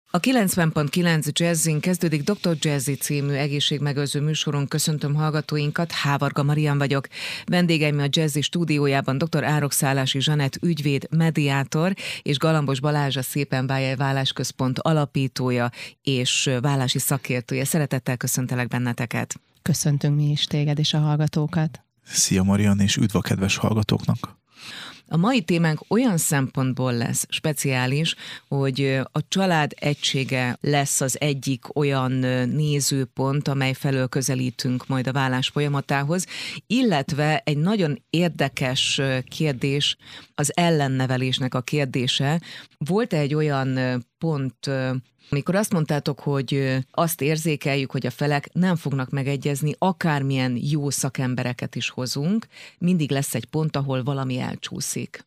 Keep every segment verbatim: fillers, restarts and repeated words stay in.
A kilencven pont kilenc Jazzin kezdődik doktor Jazzy című egészségmegőrző műsoron. Köszöntöm hallgatóinkat, Hávarga Marian vagyok. Vendégeim a Jazzy stúdiójában dr. Árokszállási Zsanett ügyvéd, mediátor, és Galambos Balázs, a Szépen Válj El Válásközpont alapítója és vállási szakértője. Szeretettel köszöntelek benneteket. Köszöntünk mi is téged és a hallgatókat. Szia Marian, és üdv a kedves hallgatóknak! A mai témánk olyan szempontból lesz speciális, hogy a család egysége lesz az egyik olyan nézőpont, amely felől közelítünk majd a vállás folyamatához, illetve egy nagyon érdekes kérdés, az ellennevelésnek a kérdése. Volt egy olyan pont, amikor azt mondtátok, hogy azt érzékeljük, hogy a felek nem fognak megegyezni, akármilyen jó szakembereket is hozunk, mindig lesz egy pont, ahol valami elcsúszik.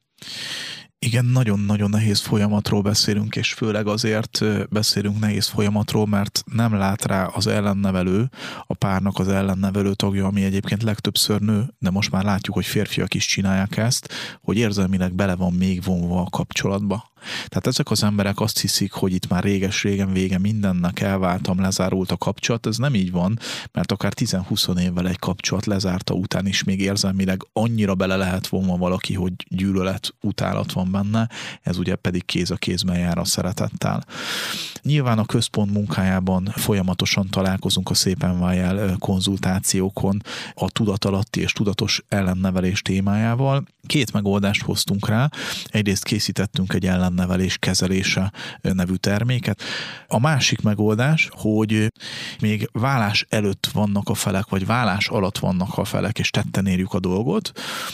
Igen, nagyon-nagyon nehéz folyamatról beszélünk, és főleg azért beszélünk nehéz folyamatról, mert nem lát rá az ellennevelő, a párnak az ellennevelő tagja, ami egyébként legtöbbször nő, de most már látjuk, hogy férfiak is csinálják ezt, hogy érzelmileg bele van még vonva a kapcsolatba. Tehát ezek az emberek azt hiszik, hogy itt már réges-régen vége mindennek, elváltam, lezárult a kapcsolat. Ez nem így van, mert akár tíz-húsz évvel egy kapcsolat lezárta után is még érzelmileg annyira bele lehet vonva valaki, hogy gyűlölet, utálat van benne, ez ugye pedig kéz a kézben jár a szeretettel. Nyilván a központ munkájában folyamatosan találkozunk a Szépen Válj El konzultációkon a tudatalatti és tudatos ellennevelés témájával. Két megoldást hoztunk rá. Egyrészt készítettünk egy ellennevelés kezelése nevű terméket. A másik megoldás, hogy még válás előtt vannak a felek, vagy válás alatt vannak a felek, és tetten érjük a dolgot,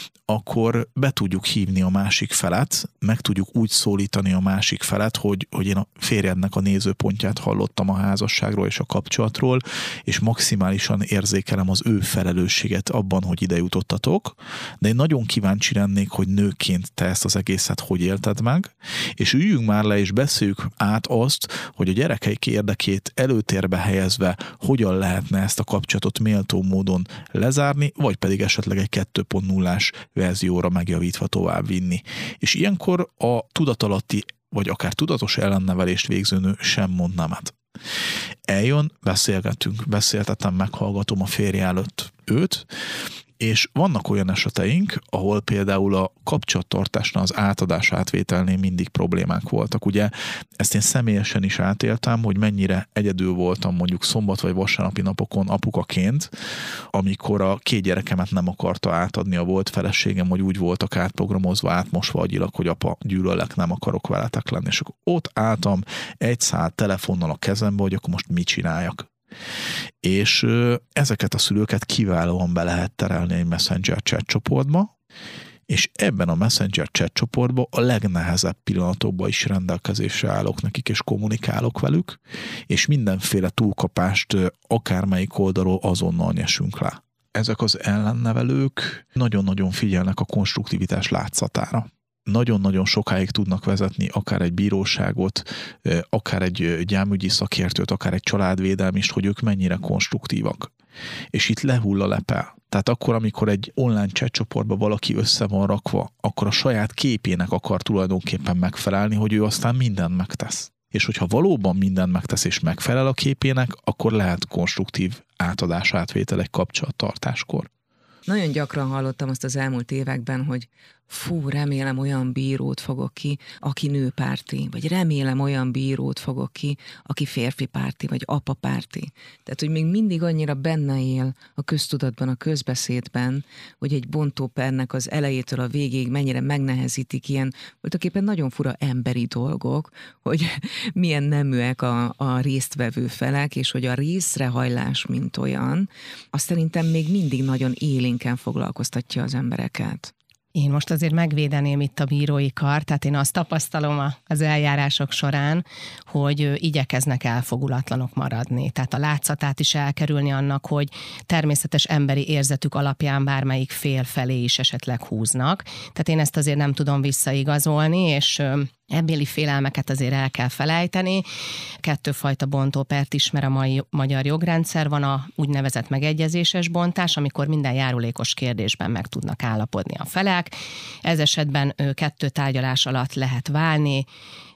akkor be tudjuk hívni a másik felet, meg tudjuk úgy szólítani a másik felet, hogy, hogy én a férjednek a nézőpontját hallottam a házasságról és a kapcsolatról, és maximálisan érzékelem az ő felelősséget abban, hogy ide jutottatok, de én nagyon kíváncsi lennék, hogy nőként te ezt az egészet hogy élted meg, és üljünk már le és beszéljük át azt, hogy a gyerekeik érdekét előtérbe helyezve hogyan lehetne ezt a kapcsolatot méltó módon lezárni, vagy pedig esetleg egy kettő pont nullás verzióra megjavítva tovább vinni. És ilyenkor a tudatalatti, vagy akár tudatos ellennevelést végző nő sem mond nemet. Eljön, beszélgetünk, beszéltetem, meghallgatom a férje előtt őt, és vannak olyan eseteink, ahol például a kapcsolattartásnál, az átadás átvételnél mindig problémák voltak. Ugye ezt én személyesen is átéltem, hogy mennyire egyedül voltam mondjuk szombat vagy vasárnapi napokon apukaként, amikor a két gyerekemet nem akarta átadni a volt feleségem, hogy úgy voltak átprogramozva, átmosva agyilag, hogy apa, gyűlöllek, nem akarok veletek lenni. És akkor ott álltam egy szál telefonnal a kezembe, hogy akkor most mit csináljak. És ezeket a szülőket kiválóan be lehet terelni egy Messenger chat csoportba, és ebben a Messenger chat csoportban a legnehezebb pillanatokban is rendelkezésre állok nekik, és kommunikálok velük, és mindenféle túlkapást akármelyik oldalról azonnal nyesünk le. Ezek az ellennevelők nagyon-nagyon figyelnek a konstruktivitás látszatára. Nagyon-nagyon sokáig tudnak vezetni akár egy bíróságot, akár egy gyámügyi szakértőt, akár egy családvédelmist, hogy ők mennyire konstruktívak. És itt lehull a lepel. Tehát akkor, amikor egy online chat csoportban valaki össze van rakva, akkor a saját képének akar tulajdonképpen megfelelni, hogy ő aztán mindent megtesz. És hogyha valóban mindent megtesz és megfelel a képének, akkor lehet konstruktív átadás átvétel egy kapcsolattartáskor. Nagyon gyakran hallottam azt az elmúlt években, hogy fú, remélem olyan bírót fogok ki, aki nőpárti, vagy remélem olyan bírót fogok ki, aki férfi párti, vagy apa párti. Tehát, hogy még mindig annyira benne él a köztudatban, a közbeszédben, hogy egy bontópernek az elejétől a végéig mennyire megnehezítik ilyen voltaképpen nagyon fura emberi dolgok, hogy milyen neműek a, a résztvevő felek, és hogy a részrehajlás, mint olyan, azt szerintem még mindig nagyon élénken foglalkoztatja az embereket. Én most azért megvédeném itt a bírói kart, tehát én azt tapasztalom az eljárások során, hogy igyekeznek elfogulatlanok maradni. Tehát a látszatát is elkerülni annak, hogy természetes emberi érzetük alapján bármelyik fél felé is esetleg húznak. Tehát én ezt azért nem tudom visszaigazolni, és ebbéli félelmeket azért el kell felejteni. Kettőfajta bontópert ismer a mai magyar jogrendszer. Van a úgynevezett megegyezéses bontás, amikor minden járulékos kérdésben meg tudnak állapodni a felek. Ez esetben kettő tárgyalás alatt lehet válni,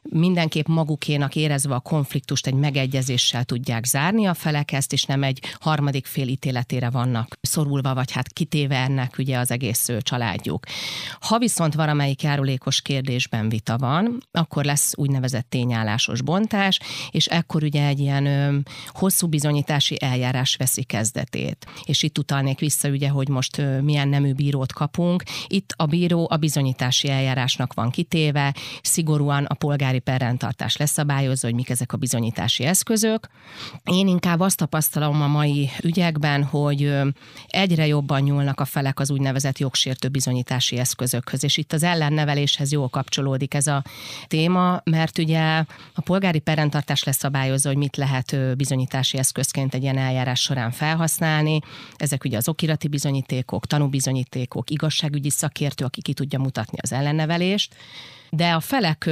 mindenképp magukénak érezve a konfliktust egy megegyezéssel tudják zárni a felek ezt, és nem egy harmadik fél ítéletére vannak szorulva, vagy hát kitéve ennek ugye az egész családjuk. Ha viszont valamelyik járulékos kérdésben vita van, akkor lesz úgynevezett tényállásos bontás, és ekkor ugye egy ilyen ö, hosszú bizonyítási eljárás veszi kezdetét. És itt utalnék vissza ugye, hogy most ö, milyen nemű bírót kapunk. Itt a bíró a bizonyítási eljárásnak van kitéve, szigorúan a polgári perrendtartás leszabályozza, hogy mik ezek a bizonyítási eszközök. Én inkább azt tapasztalom a mai ügyekben, hogy ö, egyre jobban nyúlnak a felek az úgynevezett jogsértő bizonyítási eszközökhöz, és itt az ellenneveléshez jól kapcsolódik ez a téma, mert ugye a polgári perrendtartás leszabályozza, hogy mit lehet bizonyítási eszközként egy ilyen eljárás során felhasználni. Ezek ugye az okirati bizonyítékok, tanúbizonyítékok, igazságügyi szakértő, aki ki tudja mutatni az ellennevelést. De a felek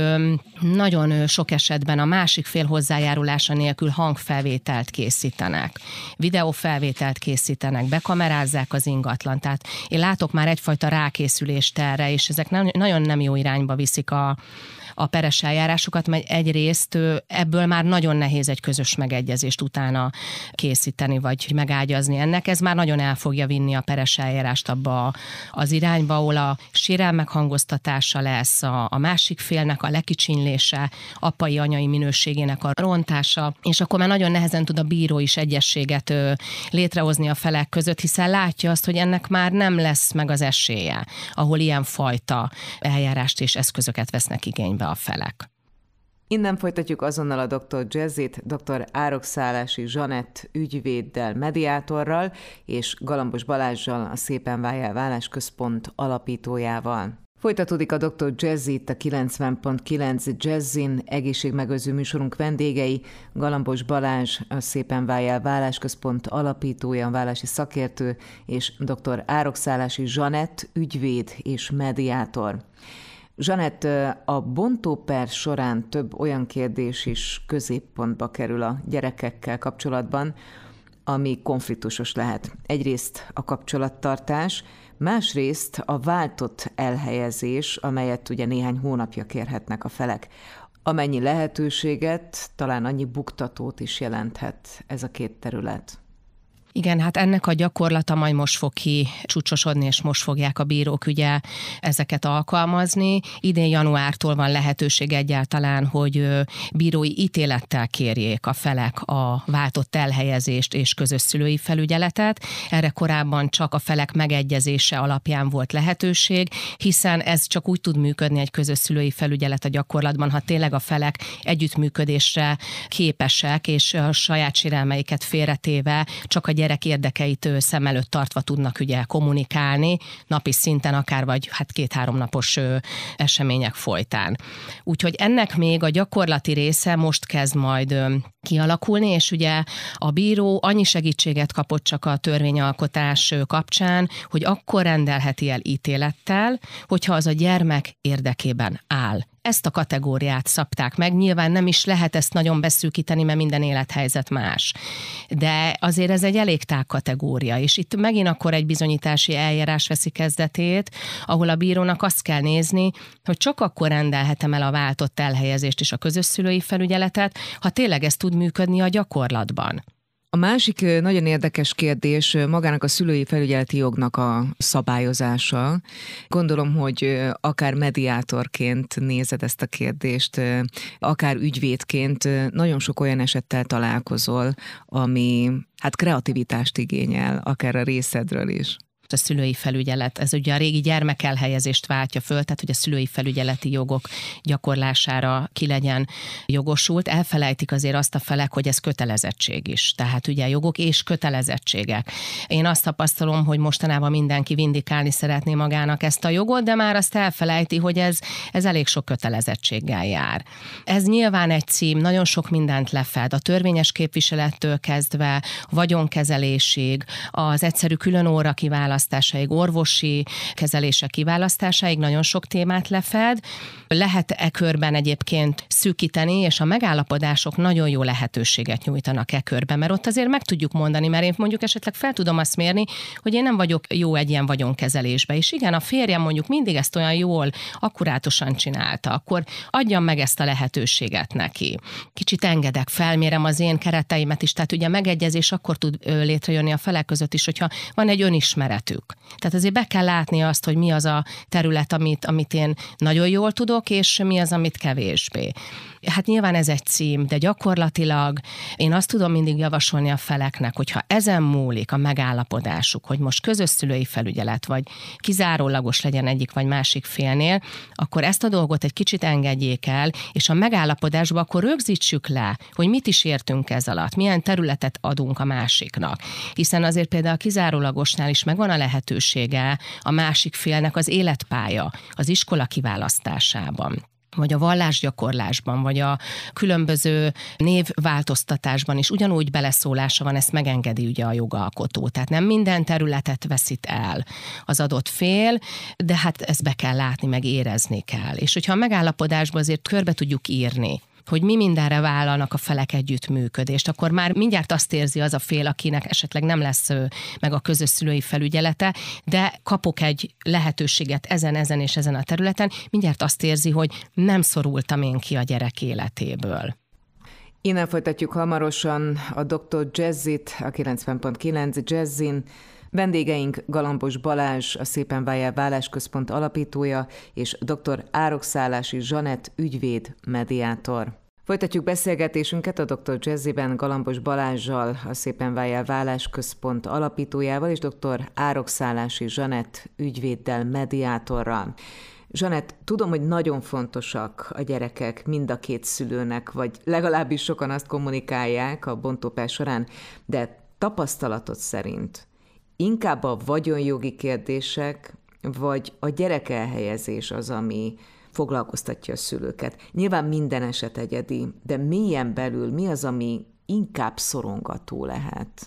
nagyon sok esetben a másik fél hozzájárulása nélkül hangfelvételt készítenek, videófelvételt készítenek, bekamerázzák az ingatlan. Tehát én látok már egyfajta rákészülést erre, és ezek nagyon nem jó irányba viszik a a peres eljárásokat, mert egyrészt ebből már nagyon nehéz egy közös megegyezést utána készíteni, vagy megágyazni ennek. Ez már nagyon el fogja vinni a peres eljárást abba az irányba, ahol a sérelmek hangoztatása lesz, a, a másik félnek a lekicsinlése, apai, anyai minőségének a rontása, és akkor már nagyon nehezen tud a bíró is egyességet létrehozni a felek között, hiszen látja azt, hogy ennek már nem lesz meg az esélye, ahol ilyen fajta eljárást és eszközöket vesznek igénybe a felek. Innen folytatjuk azonnal a doktor Jazzit, dr. Árokszálasi Zsanett ügyvéddel, mediátorral, és Galambos Balázssal, a Szépen Váljál Válásközpont alapítójával. Folytatódik a doktor Jazzit, a kilencven pont kilenc Jazzin egészségmegőrző műsorunk vendégei, Galambos Balázs, a Szépen Váljál Válásközpont alapítója, válási szakértő, és dr. Árokszálasi Zsanett ügyvéd és mediátor. Zsanett, a bontóper során több olyan kérdés is középpontba kerül a gyerekekkel kapcsolatban, ami konfliktusos lehet. Egyrészt a kapcsolattartás, másrészt a váltott elhelyezés, amelyet ugye néhány hónapja kérhetnek a felek. Amennyi lehetőséget, talán annyi buktatót is jelenthet ez a két terület. Igen, hát ennek a gyakorlata majd most fog ki csúcsosodni, és most fogják a bírók ugye ezeket alkalmazni. Idén januártól van lehetőség egyáltalán, hogy bírói ítélettel kérjék a felek a váltott elhelyezést és közös szülői felügyeletet. Erre korábban csak a felek megegyezése alapján volt lehetőség, hiszen ez csak úgy tud működni egy közös szülői felügyelet a gyakorlatban, ha tényleg a felek együttműködésre képesek, és a saját sérelmeiket félretéve csak a gyerek érdekeit szem előtt tartva tudnak ugye kommunikálni, napi szinten akár, vagy hát két-három napos események folytán. Úgyhogy ennek még a gyakorlati része most kezd majd kialakulni, és ugye a bíró annyi segítséget kapott csak a törvényalkotás kapcsán, hogy akkor rendelheti el ítélettel, hogyha az a gyermek érdekében áll. Ezt a kategóriát szabták meg, nyilván nem is lehet ezt nagyon beszűkíteni, mert minden élethelyzet más. De azért ez egy elég tág kategória, és itt megint akkor egy bizonyítási eljárás veszi kezdetét, ahol a bírónak azt kell nézni, hogy csak akkor rendelhetem el a váltott elhelyezést és a közös szülői felügyeletet, ha tényleg ez tud működni a gyakorlatban. A másik nagyon érdekes kérdés magának a szülői felügyeleti jognak a szabályozása. Gondolom, hogy akár mediátorként nézed ezt a kérdést, akár ügyvédként nagyon sok olyan esettel találkozol, ami hát kreativitást igényel, akár a részedről is. A szülői felügyelet, ez ugye a régi gyermekelhelyezést váltja föl, tehát hogy a szülői felügyeleti jogok gyakorlására ki legyen jogosult. Elfelejtik azért azt a felek, hogy ez kötelezettség is. Tehát ugye jogok és kötelezettségek. Én azt tapasztalom, hogy mostanában mindenki vindikálni szeretné magának ezt a jogot, de már azt elfelejti, hogy ez, ez elég sok kötelezettséggel jár. Ez nyilván egy cím, nagyon sok mindent lefed. A törvényes képviselettől kezdve vagyonkezelésig, az egyszerű különóra kiválasztása, kiválasztásáig, orvosi kezelése kiválasztásáig nagyon sok témát lefed. Lehet e körben egyébként szűkíteni, és a megállapodások nagyon jó lehetőséget nyújtanak e körben, mert ott azért meg tudjuk mondani, mert én mondjuk esetleg fel tudom azt mérni, hogy én nem vagyok jó egy ilyen vagyonkezelésbe. És igen, a férjem mondjuk mindig ezt olyan jól, akkurátusan csinálta, akkor adjam meg ezt a lehetőséget neki. Kicsit engedek, felmérem az én kereteimet is, tehát ugye a megegyezés akkor tud létrejönni a felek között is, hogyha van egy önismeretük. Tehát azért be kell látni azt, hogy mi az a terület, amit, amit én nagyon jól tudok, és mi az, amit kevésbé. Hát nyilván ez egy cím, de gyakorlatilag én azt tudom mindig javasolni a feleknek, hogyha ezen múlik a megállapodásuk, hogy most közös szülői felügyelet, vagy kizárólagos legyen egyik vagy másik félnél, akkor ezt a dolgot egy kicsit engedjék el, és a megállapodásba akkor rögzítsük le, hogy mit is értünk ez alatt, milyen területet adunk a másiknak. Hiszen azért például a kizárólagosnál is megvan a lehetősége a másik félnek az életpálya, az iskola kiválasztásában, vagy a vallásgyakorlásban, vagy a különböző névváltoztatásban is ugyanúgy beleszólása van, ezt megengedi ugye a jogalkotó. Tehát nem minden területet veszít el az adott fél, de hát ezt be kell látni, meg érezni kell. És hogyha a megállapodásban azért körbe tudjuk írni, hogy mi mindenre vállalnak a felek együttműködést, akkor már mindjárt azt érzi az a fél, akinek esetleg nem lesz meg a közös szülői felügyelete, de kapok egy lehetőséget ezen, ezen és ezen a területen, mindjárt azt érzi, hogy nem szorultam én ki a gyerek életéből. Innen folytatjuk hamarosan a doktor Jazzit, a kilencven pont kilenc Jazzin. Vendégeink Galambos Balázs, a Szépen Váljál Válásközpont alapítója, és dr. Árokszállási Zsanett ügyvéd, mediátor. Folytatjuk beszélgetésünket a doktor Jazziben Galambos Balázssal, a Szépen Váljál Válásközpont alapítójával, és dr. Árokszállási Zsanett ügyvéddel, mediátorral. Zsanett, tudom, hogy nagyon fontosak a gyerekek mind a két szülőnek, vagy legalábbis sokan azt kommunikálják a bontóper során, de tapasztalatod szerint inkább a vagyonjogi kérdések, vagy a gyerekelhelyezés az, ami foglalkoztatja a szülőket. Nyilván minden eset egyedi, de mélyen belül mi az, ami inkább szorongató lehet?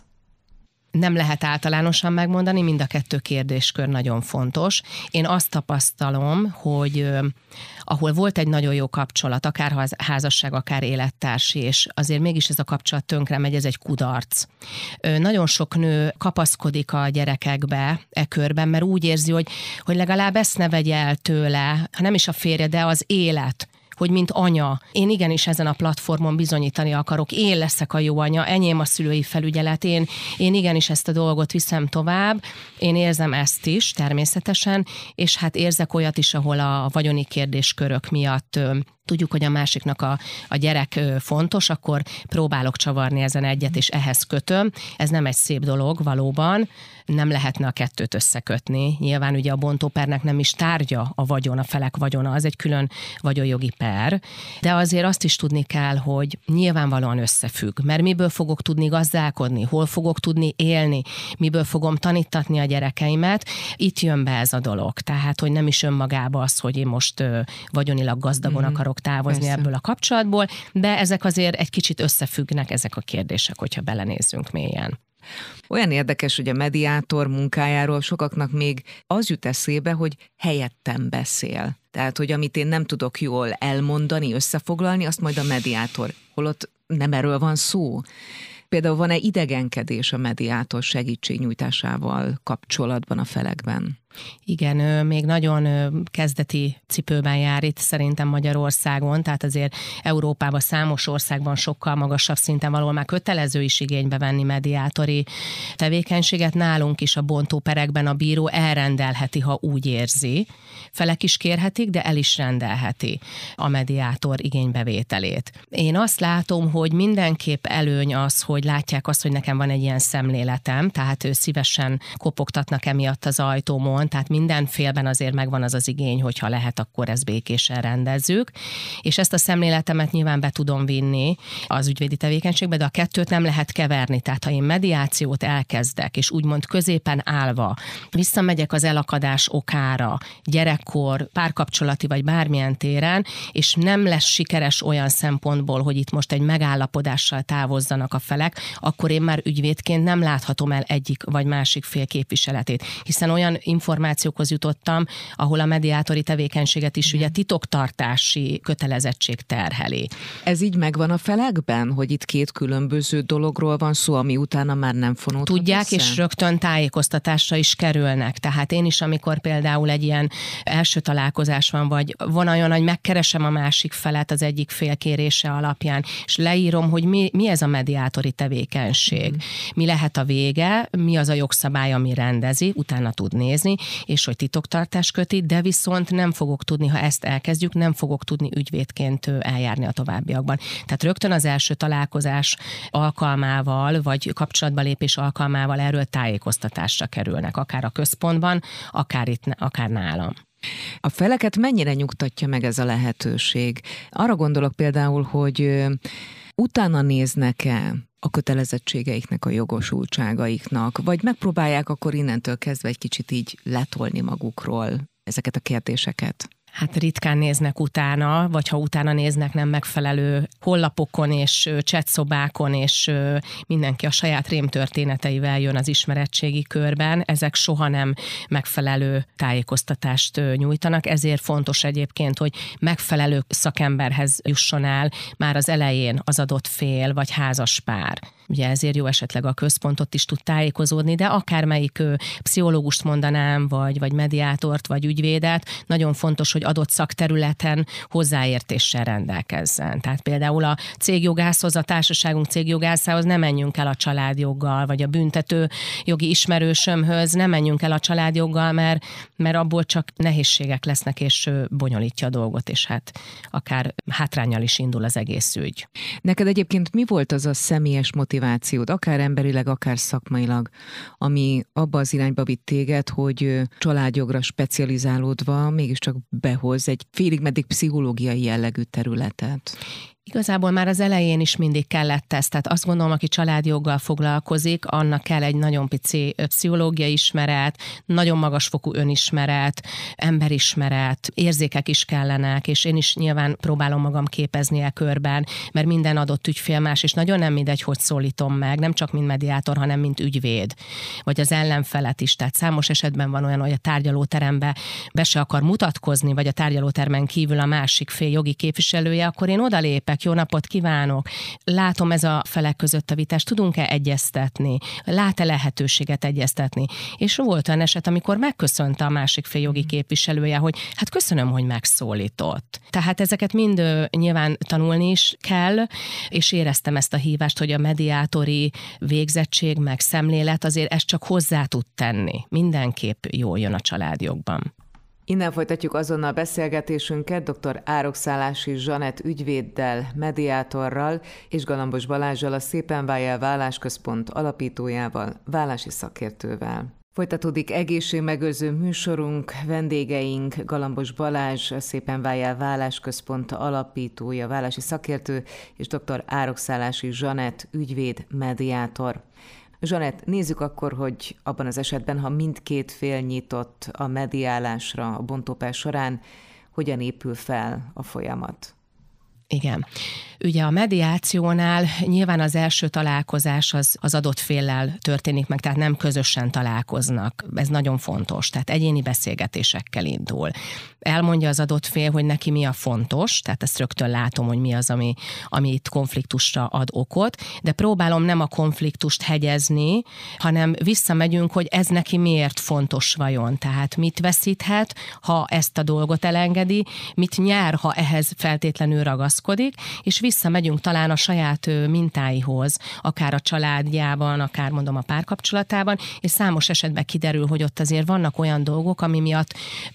Nem lehet általánosan megmondani, mind a kettő kérdéskör nagyon fontos. Én azt tapasztalom, hogy euh, ahol volt egy nagyon jó kapcsolat, akár házasság, akár élettársi, és azért mégis ez a kapcsolat tönkre megy, ez egy kudarc. Ö, nagyon sok nő kapaszkodik a gyerekekbe e körben, mert úgy érzi, hogy, hogy legalább ezt ne vegye el tőle, ha nem is a férje, de az élet, hogy mint anya, én igenis ezen a platformon bizonyítani akarok, én leszek a jó anya, enyém a szülői felügyelet, én, én igenis ezt a dolgot viszem tovább, én érzem ezt is természetesen, és hát érzek olyat is, ahol a vagyoni kérdéskörök miatt tudjuk, hogy a másiknak a, a gyerek fontos, akkor próbálok csavarni ezen egyet, és ehhez kötöm. Ez nem egy szép dolog valóban, nem lehetne a kettőt összekötni. Nyilván ugye a bontópernek nem is tárgya a vagyon, a felek vagyona, az egy külön vagyonjogi per, de azért azt is tudni kell, hogy nyilvánvalóan összefügg, mert miből fogok tudni gazdálkodni, hol fogok tudni élni, miből fogom tanítatni a gyerekeimet, itt jön be ez a dolog. Tehát, hogy nem is önmagába az, hogy én most vagyonilag gazdagon mm-hmm. akarok távozni Persze. ebből a kapcsolatból, de ezek azért egy kicsit összefüggnek ezek a kérdések, hogyha belenézzünk mélyen. Olyan érdekes, hogy a mediátor munkájáról sokaknak még az jut eszébe, hogy helyettem beszél. Tehát, hogy amit én nem tudok jól elmondani, összefoglalni, azt majd a mediátor. Holott nem erről van szó. Például van-e idegenkedés a mediátor segítségnyújtásával kapcsolatban a felekben? Igen, még nagyon kezdeti cipőben jár itt szerintem Magyarországon, tehát azért Európában számos országban sokkal magasabb szinten valahol már kötelező is igénybe venni mediátori tevékenységet. Nálunk is a bontóperekben a bíró elrendelheti, ha úgy érzi. Felek is kérhetik, de el is rendelheti a mediátor igénybevételét. Én azt látom, hogy mindenképp előny az, hogy látják azt, hogy nekem van egy ilyen szemléletem, tehát ő szívesen kopogtatnak emiatt az ajtómon, van, tehát minden félben azért megvan az az igény, hogyha lehet, akkor ezt békésen rendezzük. És ezt a szemléletemet nyilván be tudom vinni az ügyvédi tevékenységbe, de a kettőt nem lehet keverni. Tehát ha én mediációt elkezdek, és úgymond középen állva visszamegyek az elakadás okára, gyerekkor, párkapcsolati vagy bármilyen téren, és nem lesz sikeres olyan szempontból, hogy itt most egy megállapodással távozzanak a felek, akkor én már ügyvédként nem láthatom el egyik vagy másik fél képviseletét. Hiszen olyan információkhoz jutottam, ahol a mediátori tevékenységet is ugye titoktartási kötelezettség terheli. Ez így megvan a felekben, hogy itt két különböző dologról van szó, ami utána már nem fonódhat Tudják, össze? És rögtön tájékoztatásra is kerülnek. Tehát én is, amikor például egy ilyen első találkozás van, vagy van olyan, hogy megkeresem a másik felet az egyik fél kérése alapján, és leírom, hogy mi, mi ez a mediátori tevékenység. Mm. Mi lehet a vége, mi az a jogszabály, ami rendezi, utána tud nézni, és hogy titoktartás köti, de viszont nem fogok tudni, ha ezt elkezdjük, nem fogok tudni ügyvédként eljárni a továbbiakban. Tehát rögtön az első találkozás alkalmával, vagy kapcsolatba lépés alkalmával erről tájékoztatásra kerülnek, akár a központban, akár itt, akár nálam. A feleket mennyire nyugtatja meg ez a lehetőség? Arra gondolok például, hogy utána néznek-e a kötelezettségeiknek, a jogosultságaiknak, vagy megpróbálják akkor innentől kezdve egy kicsit így letolni magukról ezeket a kérdéseket? Hát ritkán néznek utána, vagy ha utána néznek, nem megfelelő honlapokon és chatszobákon, és mindenki a saját rémtörténeteivel jön az ismeretségi körben. Ezek soha nem megfelelő tájékoztatást nyújtanak, ezért fontos egyébként, hogy megfelelő szakemberhez jusson el már az elején az adott fél, vagy házas pár. Ugye ezért jó esetleg a központot is tud tájékozódni, de akármelyik pszichológust mondanám, vagy, vagy mediátort, vagy ügyvédet, nagyon fontos, hogy adott szakterületen hozzáértéssel rendelkezzen. Tehát például a cégjogászhoz, a társaságunk cégjogászához nem menjünk el a családjoggal, vagy a büntető jogi ismerősömhöz nem menjünk el a családjoggal, mert, mert abból csak nehézségek lesznek, és bonyolítja a dolgot, és hát akár hátránnyal is indul az egész ügy. Neked egyébként mi volt az a személyes motivációd, akár emberileg, akár szakmailag, ami abba az irányba vitt téged, hogy családjogra specializálódva mégiscsak behoz egy félig meddig pszichológiai jellegű területet? Igazából már az elején is mindig kellett ez, tehát azt gondolom, aki családjoggal foglalkozik, annak kell egy nagyon pici pszichológiai ismeret, nagyon magasfokú önismeret, emberismeret, érzékek is kellenek, és én is nyilván próbálom magam képezni e körben, mert minden adott ügyfél más, és nagyon nem mindegy, hogy szólítom meg, nem csak mint mediátor, hanem mint ügyvéd, vagy az ellenfelet is. Tehát számos esetben van olyan, hogy a tárgyalóterembe be se akar mutatkozni, vagy a tárgyalótermen kívül a másik fél jogi képviselője, akkor én odalépek, jó napot kívánok, látom ez a felek között a vitást, tudunk-e egyeztetni, lát-e lehetőséget egyeztetni. És volt olyan eset, amikor megköszönte a másik fél jogi képviselője, hogy hát köszönöm, hogy megszólított. Tehát ezeket mind nyilván tanulni is kell, és éreztem ezt a hívást, hogy a mediátori végzettség, meg szemlélet azért ezt csak hozzá tud tenni. Mindenképp jól jön a családjogban. Innen folytatjuk azonnal beszélgetésünket dr. Árokszálási Zsanett ügyvéddel, mediátorral és Galambos Balázssal, a Szépen Váljál Vállásközpont alapítójával, vállási szakértővel. Folytatódik egészségmegőrző műsorunk, vendégeink Galambos Balázs, a Szépen Váljál Vállásközpont alapítója, vállási szakértő, és dr. Árokszálási Zsanett ügyvéd, mediátor. Zsanett, nézzük akkor, hogy abban az esetben, ha mindkét fél nyitott a mediálásra a bontóper során, hogyan épül fel a folyamat? Igen. Ugye a mediációnál nyilván az első találkozás az, az adott féllel történik meg, tehát nem közösen találkoznak. Ez nagyon fontos, tehát egyéni beszélgetésekkel indul. Elmondja az adott fél, hogy neki mi a fontos, tehát ezt rögtön látom, hogy mi az, ami, ami itt konfliktusra ad okot, de próbálom nem a konfliktust hegyezni, hanem visszamegyünk, hogy ez neki miért fontos vajon. Tehát mit veszíthet, ha ezt a dolgot elengedi, mit nyer, ha ehhez feltétlenül ragaszkodik, ragaszkodik, és visszamegyünk talán a saját mintáihoz, akár a családjában, akár mondom a párkapcsolatában, és számos esetben kiderül, hogy ott azért vannak olyan dolgok, ami miatt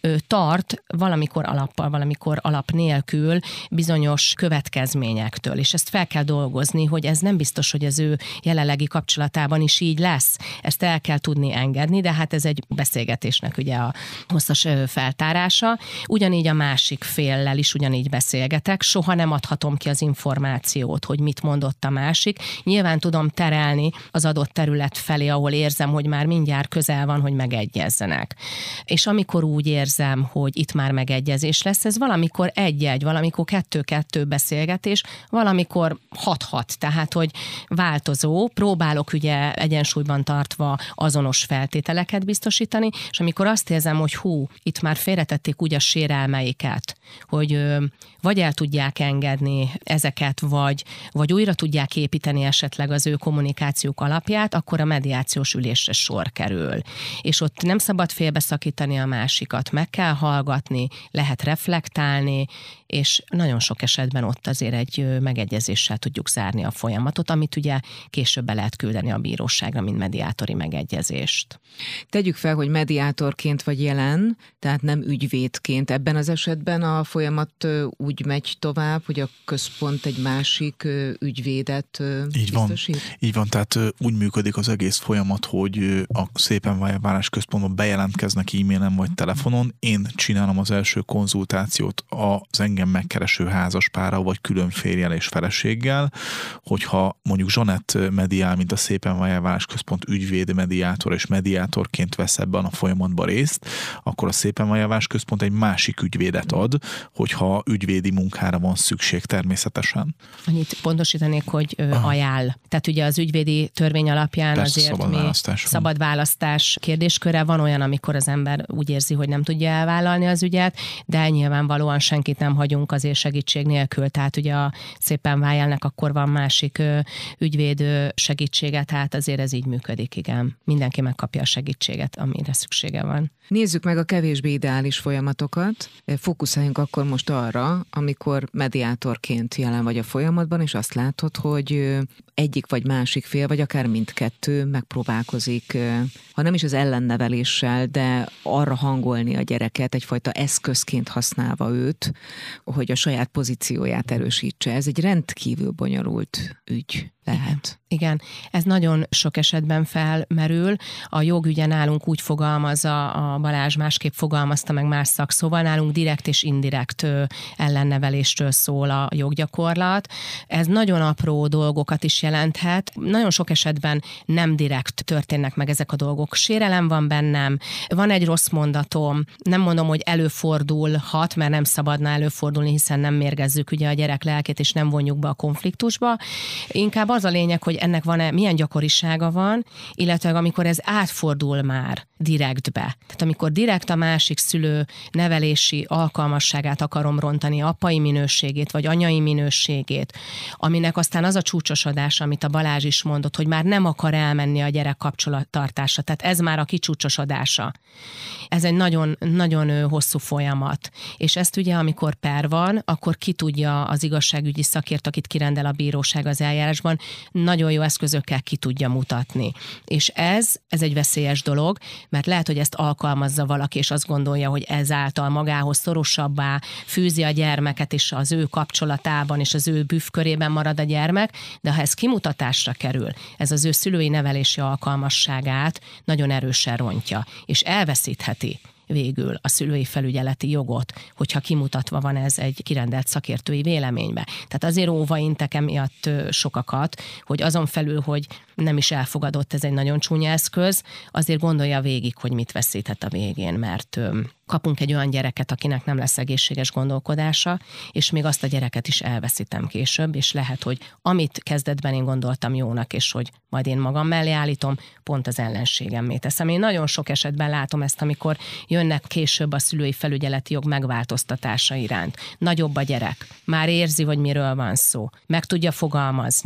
tart valamikor alappal, valamikor alap nélkül bizonyos következményektől, és ezt fel kell dolgozni, hogy ez nem biztos, hogy az ő jelenlegi kapcsolatában is így lesz. Ezt el kell tudni engedni, de hát ez egy beszélgetésnek ugye a hosszas feltárása. Ugyanígy a másik féllel is ugyanígy beszélgetek, soha nem adhatom ki az információt, hogy mit mondott a másik. Nyilván tudom terelni az adott terület felé, ahol érzem, hogy már mindjárt közel van, hogy megegyezzenek. És amikor úgy érzem, hogy itt már megegyezés lesz, ez valamikor egy-egy, valamikor kettő-kettő beszélgetés, valamikor hat-hat, tehát hogy változó, próbálok ugye egyensúlyban tartva azonos feltételeket biztosítani, és amikor azt érzem, hogy hú, itt már félretették úgy a sérelmeiket, hogy ö, vagy el tudják engedni ezeket, vagy, vagy újra tudják építeni esetleg az ő kommunikációk alapját, akkor a mediációs ülésre sor kerül. És ott nem szabad félbeszakítani a másikat, meg kell hallgatni, lehet reflektálni, és nagyon sok esetben ott azért egy megegyezéssel tudjuk zárni a folyamatot, amit ugye később be lehet küldeni a bíróságra, mint mediátori megegyezést. Tegyük fel, hogy mediátorként vagy jelen, tehát nem ügyvédként. Ebben az esetben a folyamat úgy megy tovább, hogy a központ egy másik ügyvédet így biztosít? Van, így van, tehát úgy működik az egész folyamat, hogy a Szépen Vállás Központban bejelentkeznek e-mailen vagy telefonon, én csinálom az első konzultációt az engem megkereső házaspárral, vagy külön férjel és feleséggel, hogyha mondjuk Zsanett mediál, mint a Szépen Vállás Központ ügyvéd, mediátor és mediátorként vesz ebben a folyamatban részt, akkor a Szépen Vállás Központ egy másik ügyvédet ad, hogyha ügyvédi munkára van szükség természetesen. Annyit pontosítanék, hogy ö, ajánl. Tehát ugye az ügyvédi törvény alapján Persze, azért szabad mi választás szabad választás kérdésköre van, olyan, amikor az ember úgy érzi, hogy nem tudja elvállalni az ügyet, de nyilvánvalóan senkit nem hagyunk azért segítség nélkül. Tehát ugye a Szépen Vállálnak akkor van másik ö, ügyvéd ö, segítsége, tehát azért ez így működik, igen. Mindenki megkapja a segítséget, amire szüksége van. Nézzük meg a kevésbé ideális folyamatokat. Fókuszáljunk akkor most arra, amikor mediátorként jelen vagy a folyamatban, és azt látod, hogy egyik vagy másik fél, vagy akár mindkettő megpróbálkozik, ha nem is az ellenneveléssel, de arra hangolni a gyereket, egyfajta eszközként használva őt, hogy a saját pozícióját erősítse. Ez egy rendkívül bonyolult ügy lehet. Igen, ez nagyon sok esetben felmerül. A jogügye nálunk úgy fogalmazza, a Balázs másképp fogalmazta meg más szakszóval, nálunk direkt és indirekt ellenneveléstől szól a joggyakorlat. Ez nagyon apró dolgokat is jelenthet. Nagyon sok esetben nem direkt történnek meg ezek a dolgok. Sérelem van bennem, van egy rossz mondatom, nem mondom, hogy előfordulhat, mert nem szabadna előfordulni, hiszen nem mérgezzük ugye a gyerek lelkét, és nem vonjuk be a konfliktusba. Inkább az a lényeg, hogy ennek van-e, milyen gyakorisága van, illetve amikor ez átfordul már direktbe. Tehát amikor direkt a másik szülő nevelési alkalmasságát akarom rontani, apai minőségét, vagy anyai minőségét, aminek aztán az a csúcsosodása, amit a Balázs is mondott, hogy már nem akar elmenni a gyerek kapcsolattartása. Tehát ez már a kicsúcsosodása. Ez egy nagyon, nagyon hosszú folyamat. És ezt ugye, amikor per van, akkor ki tudja az igazságügyi szakért, akit kirendel a bíróság az eljárásban, nagyon jó eszközökkel ki tudja mutatni. És ez, ez egy veszélyes dolog, mert lehet, hogy ezt alkalmazza valaki, és azt gondolja, hogy ezáltal magához szorosabbá fűzi a gyermeket, és az ő kapcsolatában, és az ő büfkörében marad a gyermek, de ha ez kimutatásra kerül, ez az ő szülői nevelési alkalmasságát nagyon erősen rontja, és elveszítheti végül a szülői felügyeleti jogot, hogyha kimutatva van ez egy kirendelt szakértői véleménybe. Tehát azért óva intek emiatt sokakat, hogy azon felül, hogy nem is elfogadott ez egy nagyon csúnya eszköz, azért gondolja végig, hogy mit veszíthet a végén, mert kapunk egy olyan gyereket, akinek nem lesz egészséges gondolkodása, és még azt a gyereket is elveszítem később, és lehet, hogy amit kezdetben én gondoltam jónak, és hogy majd én magam mellé állítom, pont az ellenségemmé teszem. Én nagyon sok esetben látom ezt, amikor jönnek később a szülői felügyeleti jog megváltoztatása iránt. Nagyobb a gyerek, már érzi, hogy miről van szó, meg tudja fogalmazni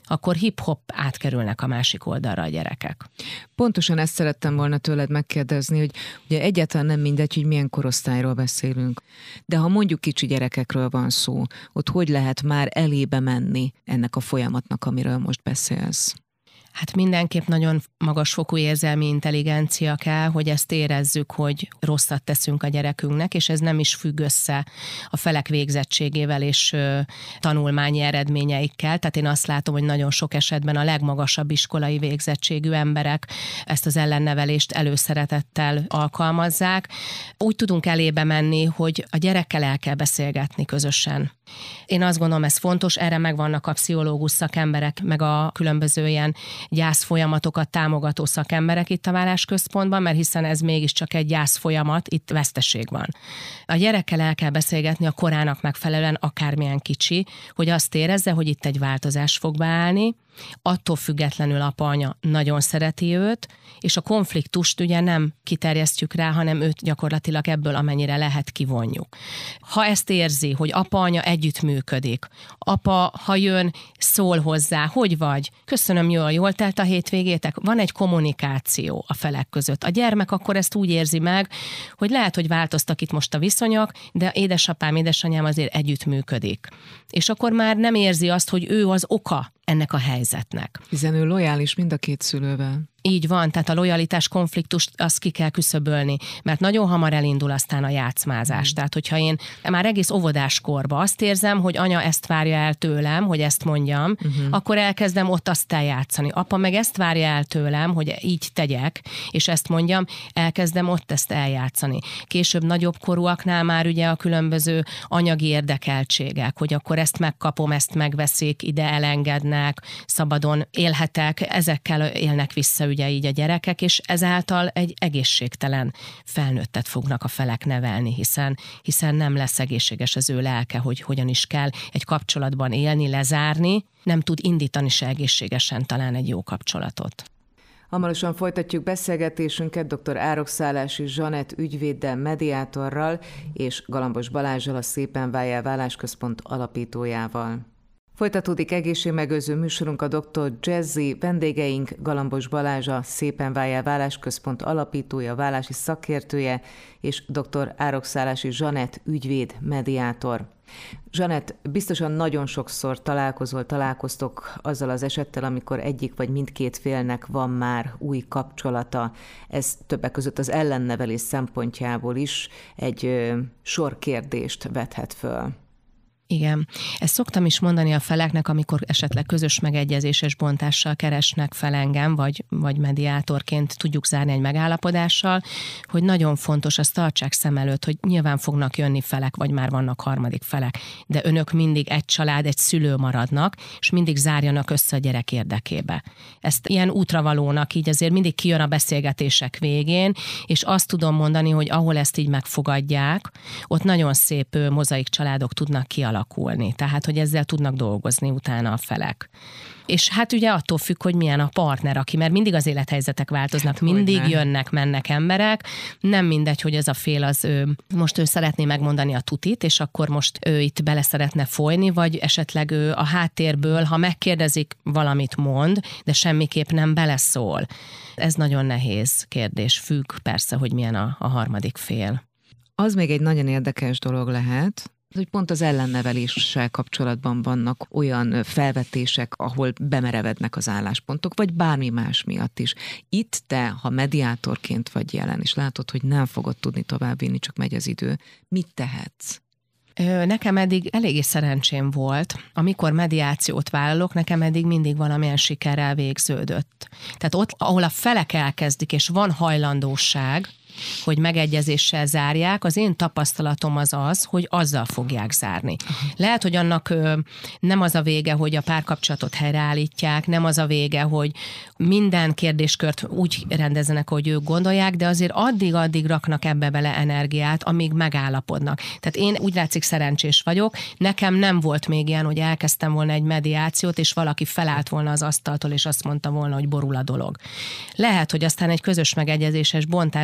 akkor hip-hop átkerülnek a másik oldalra a gyerekek. Pontosan ezt szerettem volna tőled megkérdezni, hogy ugye egyáltalán nem mindegy, hogy milyen korosztályról beszélünk. De ha mondjuk kicsi gyerekekről van szó, ott hogy lehet már elébe menni ennek a folyamatnak, amiről most beszélsz? Hát mindenképp nagyon magas fokú érzelmi intelligencia kell, hogy ezt érezzük, hogy rosszat teszünk a gyerekünknek, és ez nem is függ össze a felek végzettségével és ö, tanulmányi eredményeikkel. Tehát én azt látom, hogy nagyon sok esetben a legmagasabb iskolai végzettségű emberek ezt az ellennevelést előszeretettel alkalmazzák. Úgy tudunk elébe menni, hogy a gyerekkel el kell beszélgetni közösen. Én azt gondolom, ez fontos, erre megvannak a pszichológus szakemberek, meg a különböző ilyen gyász folyamatokat támogató szakemberek itt a Válásközpontban, mert hiszen ez mégiscsak egy gyász folyamat, itt veszteség van. A gyerekkel el kell beszélgetni a korának megfelelően, akármilyen kicsi, hogy azt érezze, hogy itt egy változás fog beállni, attól függetlenül apa-anya nagyon szereti őt, és a konfliktust ugye nem kiterjesztjük rá, hanem őt gyakorlatilag ebből amennyire lehet kivonjuk. Ha ezt érzi, hogy apa-anya együttműködik, apa, ha jön, szól hozzá, hogy vagy, köszönöm, jól, jól telt a hétvégétek, van egy kommunikáció a felek között. A gyermek akkor ezt úgy érzi meg, hogy lehet, hogy változtak itt most a viszonyok, de édesapám, édesanyám azért együttműködik. És akkor már nem érzi azt, hogy ő az oka ennek a helyzetnek. Hiszen ő lojális mind a két szülővel. Így van, tehát a lojalitás konfliktust azt ki kell küszöbölni, mert nagyon hamar elindul aztán a játszmázás. Mm. Tehát, hogyha én már egész óvodáskorban azt érzem, hogy anya ezt várja el tőlem, hogy ezt mondjam, uh-huh. akkor elkezdem ott azt eljátszani. Apa meg ezt várja el tőlem, hogy így tegyek, és ezt mondjam, elkezdem ott ezt eljátszani. Később nagyobb korúaknál már ugye a különböző anyagi érdekeltségek, hogy akkor ezt megkapom, ezt megveszik, ide elengednek, szabadon élhetek, ezekkel élnek vissza ugye így a gyerekek, és ezáltal egy egészségtelen felnőttet fognak a felek nevelni, hiszen, hiszen nem lesz egészséges az ő lelke, hogy hogyan is kell egy kapcsolatban élni, lezárni, nem tud indítani se egészségesen talán egy jó kapcsolatot. Hamarosan folytatjuk beszélgetésünket dr. Árokszálási Zsanett ügyvéddel, mediátorral és Galambos Balázsral, a Szépen Váljál Válásközpont alapítójával. Folytatódik egészségmegőrző műsorunk, a doktor Jazzy, vendégeink Galambos Balázs, a Szépen Váljál Válásközpont alapítója, válási szakértője, és dr. Árokszálási Zsanett ügyvéd, mediátor. Zsanett, biztosan nagyon sokszor találkozol, találkoztok azzal az esettel, amikor egyik vagy mindkét félnek van már új kapcsolata. Ez többek között az ellennevelés szempontjából is egy ö, sor kérdést vethet föl. Igen. Ezt szoktam is mondani a feleknek, amikor esetleg közös megegyezéses bontással keresnek fel engem, vagy, vagy mediátorként tudjuk zárni egy megállapodással, hogy nagyon fontos, azt tartsák szem előtt, hogy nyilván fognak jönni felek, vagy már vannak harmadik felek, de önök mindig egy család, egy szülő maradnak, és mindig zárjanak össze a gyerek érdekébe. Ezt ilyen útravalónak így azért mindig kijön a beszélgetések végén, és azt tudom mondani, hogy ahol ezt így megfogadják, ott nagyon szép mozaik családok tudnak kialakulni. Tehát, hogy ezzel tudnak dolgozni utána a felek. És hát ugye attól függ, hogy milyen a partner, aki, mert mindig az élethelyzetek változnak, hát, mindig jönnek, mennek emberek, nem mindegy, hogy ez a fél az ő, most ő szeretné megmondani a tutit, és akkor most ő itt bele szeretne folyni, vagy esetleg ő a háttérből, ha megkérdezik, valamit mond, de semmiképp nem beleszól. Ez nagyon nehéz kérdés, függ persze, hogy milyen a, a harmadik fél. Az még egy nagyon érdekes dolog lehet, hogy pont az ellenneveléssel kapcsolatban vannak olyan felvetések, ahol bemerevednek az álláspontok, vagy bármi más miatt is. Itt te, ha mediátorként vagy jelen, és látod, hogy nem fogod tudni továbbvinni, csak megy az idő, mit tehetsz? Nekem eddig eléggé szerencsém volt. Amikor mediációt vállalok, nekem eddig mindig valamilyen sikerrel végződött. Tehát ott, ahol a felek elkezdik, és van hajlandóság, hogy megegyezéssel zárják, az én tapasztalatom az az, hogy azzal fogják zárni. Uh-huh. Lehet, hogy annak ö, nem az a vége, hogy a párkapcsolatot helyreállítják, nem az a vége, hogy minden kérdéskört úgy rendezzenek, hogy ők gondolják, de azért addig-addig raknak ebbe bele energiát, amíg megállapodnak. Tehát én úgy látszik szerencsés vagyok, nekem nem volt még ilyen, hogy elkezdtem volna egy mediációt, és valaki felállt volna az asztaltól, és azt mondta volna, hogy borul a dolog. Lehet, hogy aztán egy közös megegyezéses bontásba át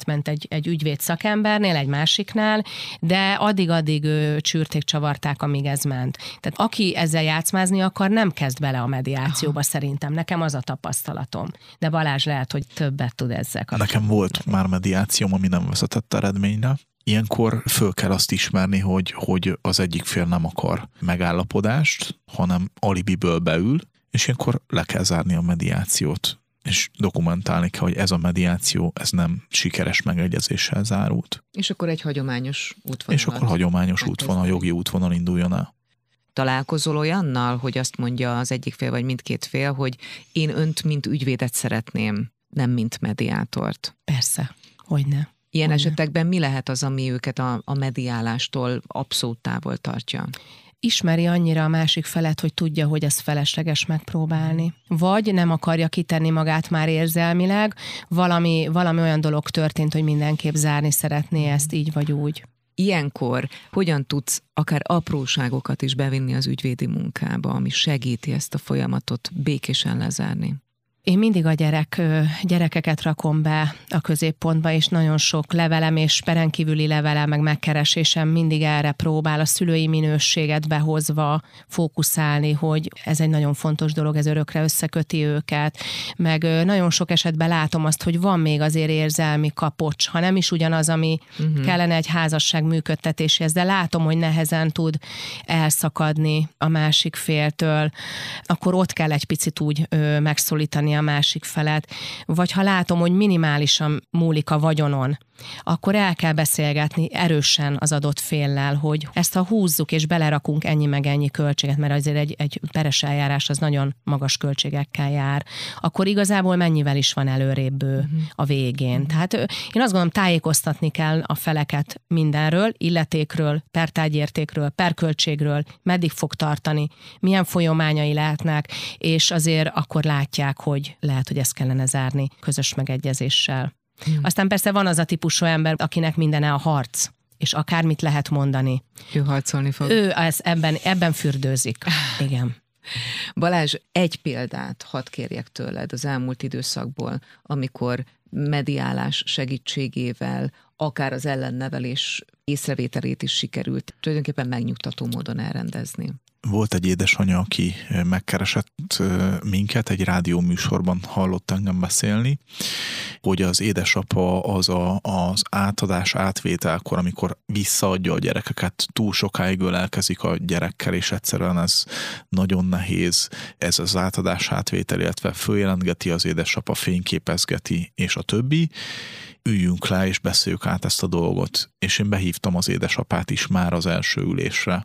átment egy, egy ügyvéd szakembernél, egy másiknál, de addig-addig ő, csűrték, csavarták, amíg ez ment. Tehát aki ezzel játszmázni akar, nem kezd bele a mediációba. Aha. Szerintem. Nekem az a tapasztalatom. De Balázs lehet, hogy többet tud ezzel kapcsolatban. Nekem volt már mediációm, ami nem vezetett eredményre. Ilyenkor föl kell azt ismerni, hogy, hogy az egyik fél nem akar megállapodást, hanem alibiből beül, és ilyenkor le kell zárni a mediációt, és dokumentálni kell, hogy ez a mediáció, ez nem sikeres megegyezéssel zárult. És akkor egy hagyományos útvonal. És akkor hagyományos útvonal, jogi útvonal induljon el. Találkozol olyannal, hogy azt mondja az egyik fél, vagy mindkét fél, hogy én önt, mint ügyvédet szeretném, nem mint mediátort? Persze, hogyne. Ilyen hogyne. esetekben mi lehet az, ami őket a, a mediálástól abszolút távol tartja? Ismeri annyira a másik felet, hogy tudja, hogy ez felesleges megpróbálni. Vagy nem akarja kitenni magát már érzelmileg, valami, valami olyan dolog történt, hogy mindenképp zárni szeretné ezt így vagy úgy. Ilyenkor hogyan tudsz akár apróságokat is bevinni az ügyvédi munkába, ami segíti ezt a folyamatot békésen lezárni? Én mindig a gyerek, gyerekeket rakom be a középpontba, és nagyon sok levelem és perenkívüli levelem, meg megkeresésem mindig erre próbál a szülői minőséget behozva fókuszálni, hogy ez egy nagyon fontos dolog, ez örökre összeköti őket, meg nagyon sok esetben látom azt, hogy van még azért érzelmi kapocs, ha nem is ugyanaz, ami uh-huh. kellene egy házasság működtetéséhez, de látom, hogy nehezen tud elszakadni a másik féltől, akkor ott kell egy picit úgy ö, megszólítani a másik felet, vagy ha látom, hogy minimálisan múlik a vagyonon, akkor el kell beszélgetni erősen az adott féllel, hogy ezt ha húzzuk és belerakunk ennyi meg ennyi költséget, mert azért egy, egy peres eljárás az nagyon magas költségekkel jár, akkor igazából mennyivel is van előrébb uh-huh. a végén. Tehát én azt gondolom, tájékoztatni kell a feleket mindenről, illetékről, pertárgyértékről, perköltségről, meddig fog tartani, milyen folyamányai lehetnek, és azért akkor látják, hogy lehet, hogy ezt kellene zárni közös megegyezéssel. Hmm. Aztán persze van az a típusú ember, akinek mindene a harc, és akármit lehet mondani. Ő harcolni fog. Ő ez, ebben, ebben fürdőzik. Igen. Balázs, egy példát hadd kérjek tőled az elmúlt időszakból, amikor mediálás segítségével akár az ellennevelés észrevételét is sikerült tulajdonképpen megnyugtató módon elrendezni. Volt egy édesanyja, aki megkeresett minket, egy rádióműsorban hallott engem beszélni, hogy az édesapa az a, az átadás átvételkor, amikor visszaadja a gyerekeket, túl sokáig ölelkezik a gyerekkel, és egyszerűen ez nagyon nehéz, ez az átadás átvétel, illetve följelentgeti az édesapa, fényképezgeti, és a többi. Üljünk le, és beszéljük át ezt a dolgot. És én behívtam az édesapát is már az első ülésre.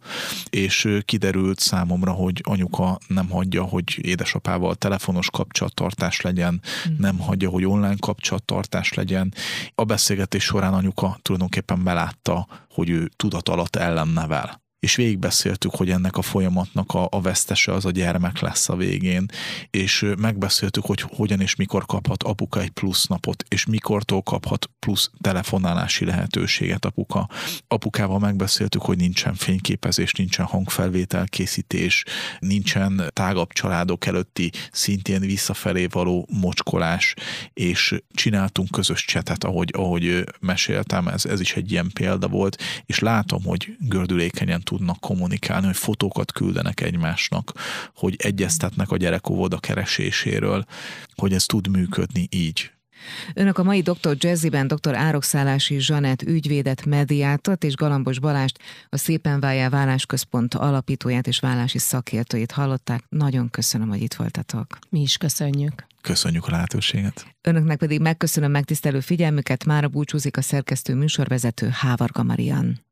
És kiderült számomra, hogy anyuka nem hagyja, hogy édesapával telefonos kapcsolattartás legyen, mm. nem hagyja, hogy online kapcsolattartás legyen. A beszélgetés során anyuka tulajdonképpen belátta, hogy ő tudat alatt ellennevel. És végigbeszéltük, hogy ennek a folyamatnak a, a vesztese az a gyermek lesz a végén, és megbeszéltük, hogy hogyan és mikor kaphat apuka egy plusz napot, és mikortól kaphat plusz telefonálási lehetőséget apuka. Apukával megbeszéltük, hogy nincsen fényképezés, nincsen hangfelvételkészítés, nincsen tágabb családok előtti szintén visszafelé való mocskolás, és csináltunk közös csetet, ahogy, ahogy meséltem, ez, ez is egy ilyen példa volt, és látom, hogy gördülékenyen tudnak kommunikálni, hogy fotókat küldenek egymásnak, hogy egyeztetnek a gyerek óvoda kereséséről, hogy ez tud működni így. Önök a mai doktor Jazzyben doktor Árokszállási Zsanett ügyvédet, mediátort és Galambos Balást, a Szépen váljál vállásközpont alapítóját és vállási szakértőjét hallották. Nagyon köszönöm, hogy itt voltatok. Mi is köszönjük. Köszönjük a lehetőséget. Önöknek pedig megköszönöm megtisztelő figyelmüket, mára búcsúzik a szerkesztő műsorvezető Hávarga Marian.